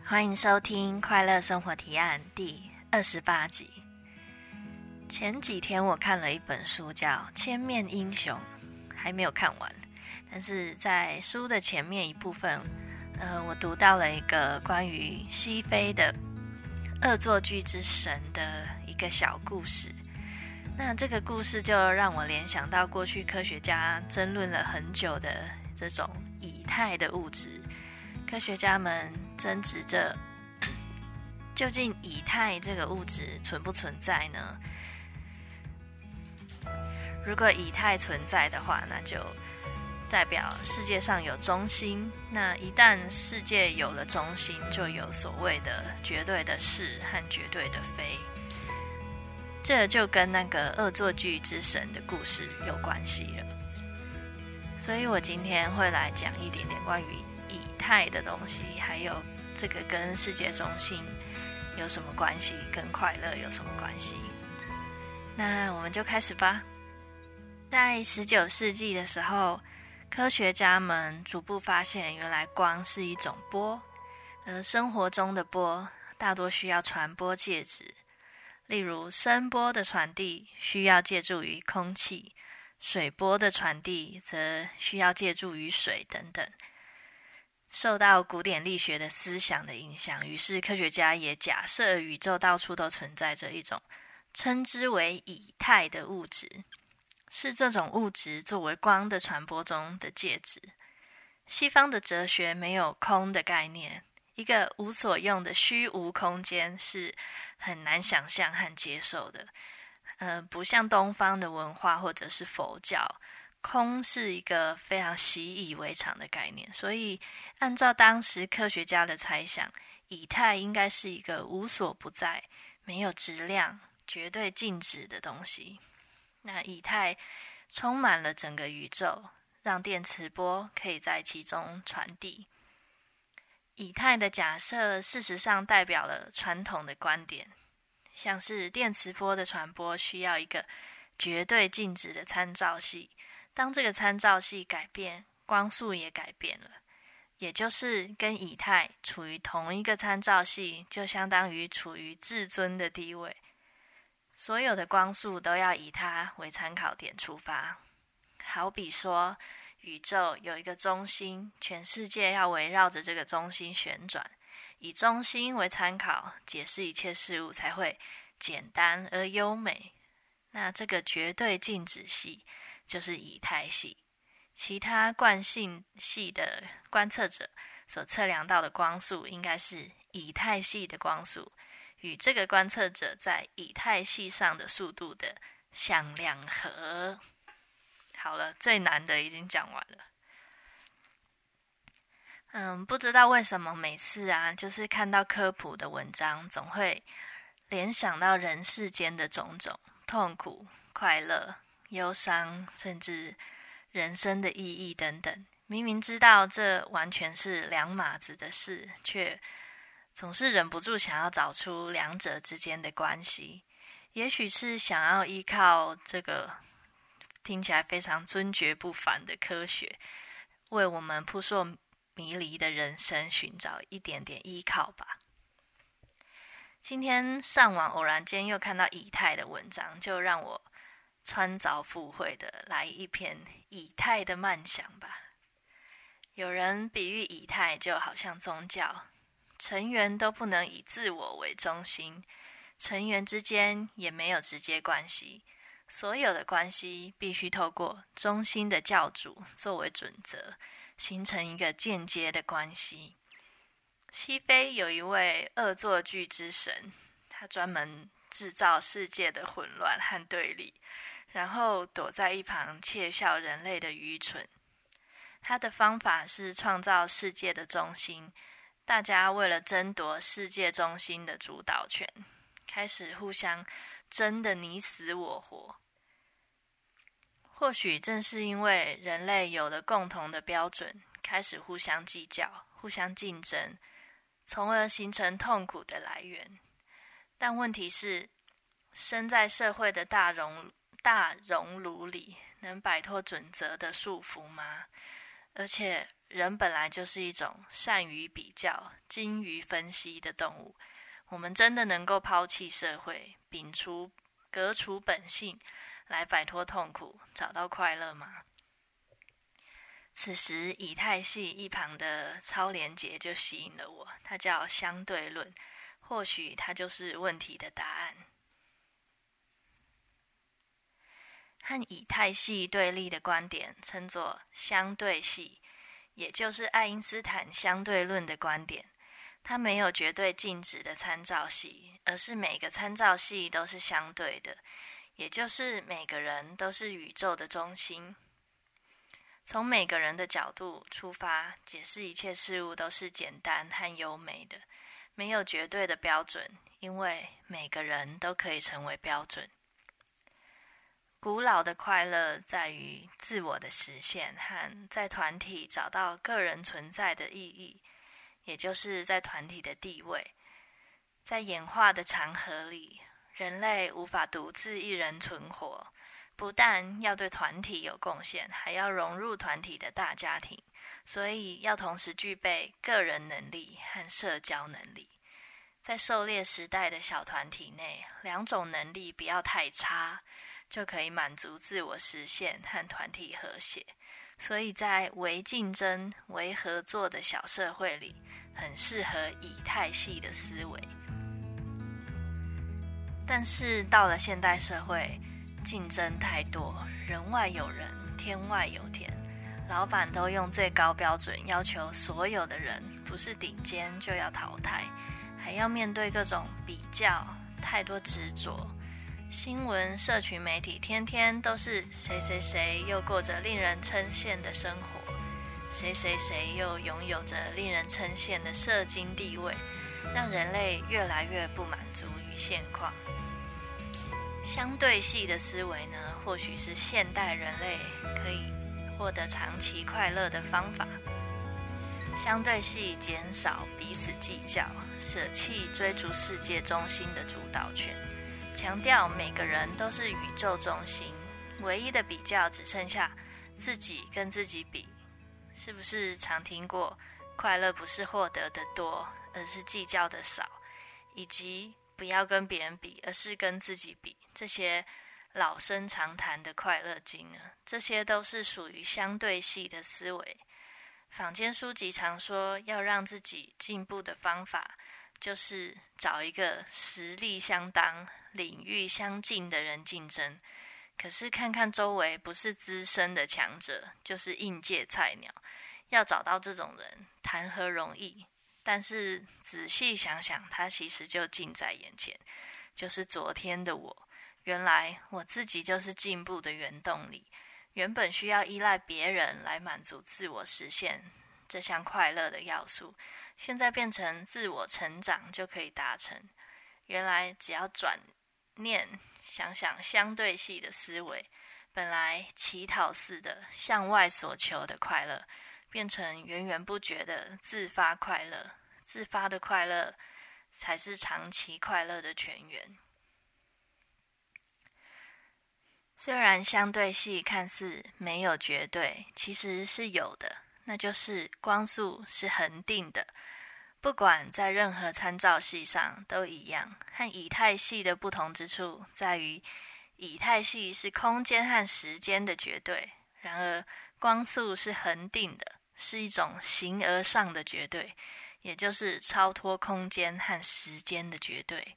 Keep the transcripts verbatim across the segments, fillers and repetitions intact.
欢迎收听《快乐生活提案》第二十八集。前几天我看了一本书叫《千面英雄》，还没有看完，但是在书的前面一部分，呃，我读到了一个关于西非的恶作剧之神的一个小故事。那这个故事就让我联想到过去科学家争论了很久的这种以太的物质。科学家们争执着究竟以太这个物质存不存在呢？如果以太存在的话，那就代表世界上有中心，那一旦世界有了中心，就有所谓的绝对的是和绝对的非。这就跟那个恶作剧之神的故事有关系了。所以我今天会来讲一点点关于以太的东西，还有这个跟世界中心有什么关系，跟快乐有什么关系。那我们就开始吧。在十九世纪的时候，科学家们逐步发现原来光是一种波，而生活中的波大多需要传播介质，例如声波的传递需要借助于空气，水波的传递则需要借助于水等等。受到古典力学的思想的影响，于是科学家也假设宇宙到处都存在着一种称之为以太的物质，是这种物质作为光的传播中的介质。西方的哲学没有空的概念，一个无所用的虚无空间是很难想象和接受的。呃，不像东方的文化或者是佛教，空是一个非常习以为常的概念，所以按照当时科学家的猜想，以太应该是一个无所不在、没有质量、绝对静止的东西。那以太充满了整个宇宙，让电磁波可以在其中传递。以太的假设事实上代表了传统的观点，像是电磁波的传播需要一个绝对静止的参照系，当这个参照系改变，光速也改变了，也就是跟以太处于同一个参照系，就相当于处于至尊的地位。所有的光速都要以它为参考点出发。好比说，宇宙有一个中心，全世界要围绕着这个中心旋转，以中心为参考，解释一切事物才会简单而优美。那这个绝对静止系就是以太系，其他惯性系的观测者所测量到的光速应该是以太系的光速，与这个观测者在以太系上的速度的向量和。好了，最难的已经讲完了。嗯，不知道为什么每次啊，就是看到科普的文章，总会联想到人世间的种种痛苦、快乐、忧伤，甚至人生的意义等等。明明知道这完全是两码子的事，却总是忍不住想要找出两者之间的关系。也许是想要依靠这个听起来非常尊爵不凡的科学，为我们扑朔迷离的人生寻找一点点依靠吧。今天上网偶然间又看到以太的文章，就让我穿凿附会的来一篇以太的漫想吧。有人比喻以太就好像宗教，成员都不能以自我为中心，成员之间也没有直接关系，所有的关系必须透过中心的教主作为准则，形成一个间接的关系。西非有一位恶作剧之神，他专门制造世界的混乱和对立，然后躲在一旁窃笑人类的愚蠢。他的方法是创造世界的中心，大家为了争夺世界中心的主导权，开始互相争得你死我活。或许正是因为人类有了共同的标准，开始互相计较、互相竞争，从而形成痛苦的来源。但问题是，身在社会的大熔大熔炉里，能摆脱准则的束缚吗？而且人本来就是一种善于比较、精于分析的动物。我们真的能够抛弃社会，摒除、革除本性，来摆脱痛苦，找到快乐吗？此时，以太系一旁的超连结就吸引了我，它叫相对论，或许它就是问题的答案。和以太系对立的观点称作相对系，也就是爱因斯坦相对论的观点。它没有绝对静止的参照系，而是每个参照系都是相对的，也就是每个人都是宇宙的中心。从每个人的角度出发，解释一切事物都是简单和优美的，没有绝对的标准，因为每个人都可以成为标准。古老的快乐在于自我的实现和在团体找到个人存在的意义，也就是在团体的地位。在演化的长河里，人类无法独自一人存活，不但要对团体有贡献，还要融入团体的大家庭，所以要同时具备个人能力和社交能力。在狩猎时代的小团体内，两种能力不要太差，就可以满足自我实现和团体和谐。所以在唯竞争、唯合作的小社会里，很适合以太系的思维。但是到了现代社会，竞争太多，人外有人，天外有天，老板都用最高标准要求所有的人不是顶尖就要淘汰，还要面对各种比较，太多执着。新闻、社群媒体天天都是谁谁谁又过着令人称羡的生活，谁谁谁又拥有着令人称羡的社经地位，让人类越来越不满足于现况。相对系的思维呢，或许是现代人类可以获得长期快乐的方法。相对系减少彼此计较，舍弃追逐世界中心的主导权，强调每个人都是宇宙中心，唯一的比较只剩下自己跟自己比。是不是常听过快乐不是获得的多，而是计较的少，以及不要跟别人比，而是跟自己比，这些老生常谈的快乐经呢？这些都是属于相对系的思维。坊间书籍常说，要让自己进步的方法，就是找一个实力相当、领域相近的人竞争。可是看看周围，不是资深的强者，就是应届菜鸟，要找到这种人，谈何容易？但是仔细想想，他其实就近在眼前，就是昨天的我。原来我自己就是进步的原动力，原本需要依赖别人来满足自我实现这项快乐的要素，现在变成自我成长就可以达成。原来只要转念想想相对系的思维，本来乞讨似的向外所求的快乐，变成源源不绝的自发快乐。自发的快乐才是长期快乐的泉源。虽然相对系看似没有绝对，其实是有的，那就是光速是恒定的，不管在任何参照系上都一样。和以太系的不同之处在于，以太系是空间和时间的绝对，然而光速是恒定的，是一种形而上的绝对，也就是超脱空间和时间的绝对。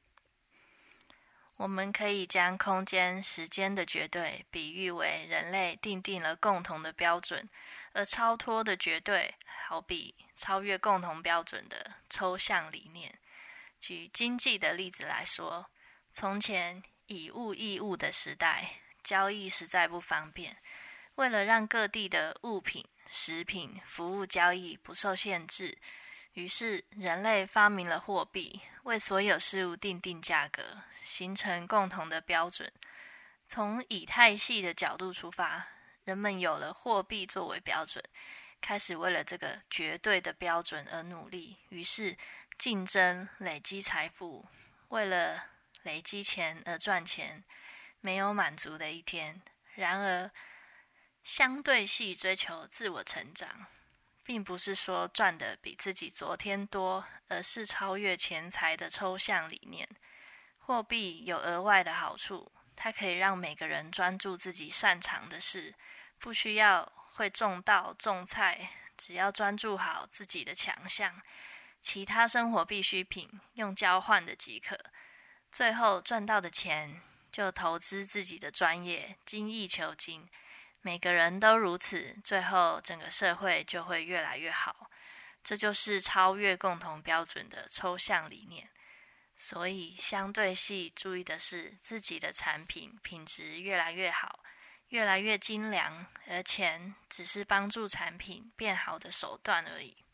我们可以将空间、时间的绝对比喻为人类订定了共同的标准，而超脱的绝对好比超越共同标准的抽象理念。举经济的例子来说，从前以物易物的时代，交易实在不方便。为了让各地的物品、食品、服务交易不受限制，于是人类发明了货币，为所有事物定定价格，形成共同的标准。从以太系的角度出发，人们有了货币作为标准，开始为了这个绝对的标准而努力，于是竞争、累积财富，为了累积钱而赚钱，没有满足的一天。然而相对系追求自我成长， 并不是说赚的比自己昨天多，而是超越钱财的抽象理念。货币有额外的好处，它可以让每个人专注自己擅长的事，不需要会种稻种菜，只要专注好自己的强项，其他生活必需品用交换的即可。最后赚到的钱就投资自己的专业，精益求精。每个人都如此，最后整个社会就会越来越好。这就是超越共同标准的抽象理念。所以相对系注意的是自己的产品品质越来越好，越来越精良，而钱只是帮助产品变好的手段而已。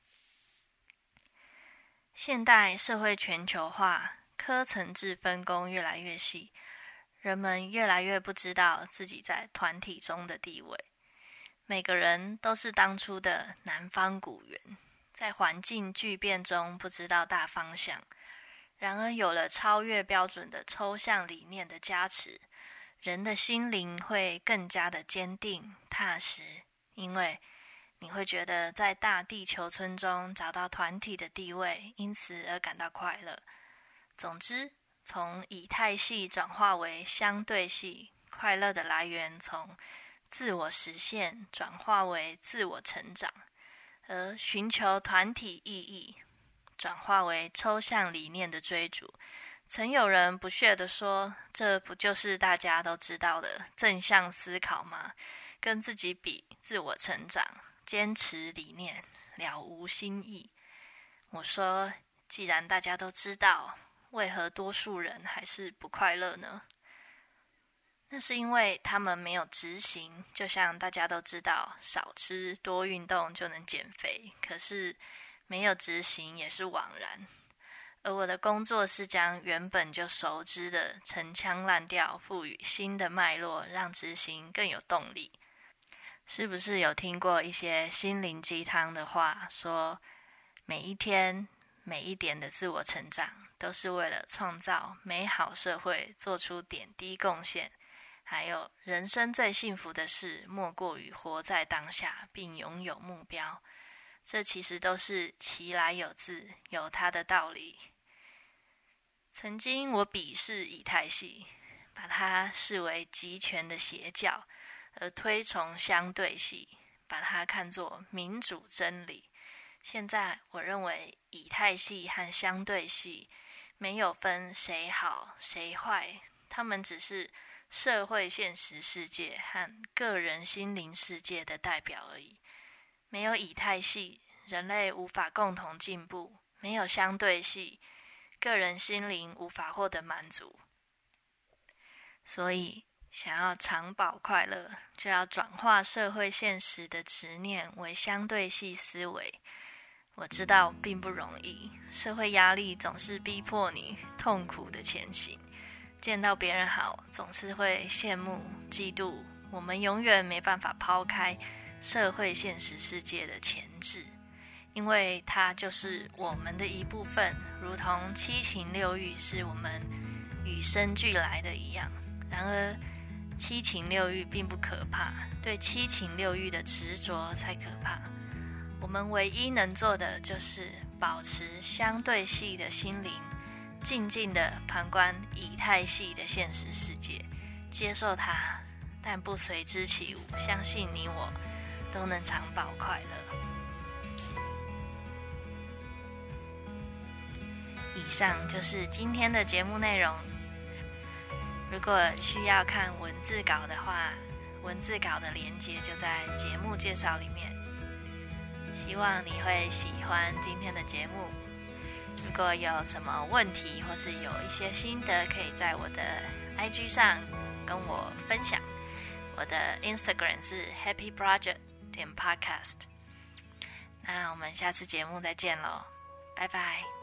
现代社会全球化，科层制分工越来越细，人们越来越不知道自己在团体中的地位。每个人都是当初的南方古猿，在环境巨变中不知道大方向。然而有了超越标准的抽象理念的加持，人的心灵会更加的坚定踏实，因为你会觉得在大地球村中找到团体的地位，因此而感到快乐。总之，从以太系转化为相对系，快乐的来源从自我实现转化为自我成长，而寻求团体意义转化为抽象理念的追逐。曾有人不屑地说，这不就是大家都知道的正向思考吗？跟自己比，自我成长，坚持理念，了无新意。我说，既然大家都知道，为何多数人还是不快乐呢？那是因为他们没有执行。就像大家都知道，少吃多运动就能减肥，可是没有执行也是枉然。而我的工作是将原本就熟知的陈腔滥调赋予新的脉络，让执行更有动力。是不是有听过一些心灵鸡汤的话，说每一天每一点的自我成长都是为了创造美好社会做出点滴贡献，还有人生最幸福的事莫过于活在当下并拥有目标。这其实都是其来有自，有它的道理。曾经我鄙视以太系，把它视为极权的邪教，而推崇相对系，把它看作民主真理。现在我认为以太系和相对系没有分谁好谁坏，他们只是社会现实世界和个人心灵世界的代表而已。没有以太系，人类无法共同进步；没有相对系，个人心灵无法获得满足。所以想要长保快乐，就要转化社会现实的执念为相对系思维。我知道并不容易，社会压力总是逼迫你痛苦的前行。见到别人好，总是会羡慕嫉妒。我们永远没办法抛开社会现实世界的前置，因为它就是我们的一部分，如同七情六欲是我们与生俱来的一样。然而七情六欲并不可怕，对七情六欲的执着才可怕。我们唯一能做的就是保持相对系的心灵，静静地旁观以太系的现实世界，接受它，但不随之起舞，相信你我都能长保快乐。以上就是今天的节目内容。如果需要看文字稿的话，文字稿的连结就在节目介绍里面。希望你会喜欢今天的节目。如果有什么问题或是有一些心得，可以在我的 I G 上跟我分享。我的 Instagram 是 happy project 点 podcast。那我们下次节目再见咯，拜拜。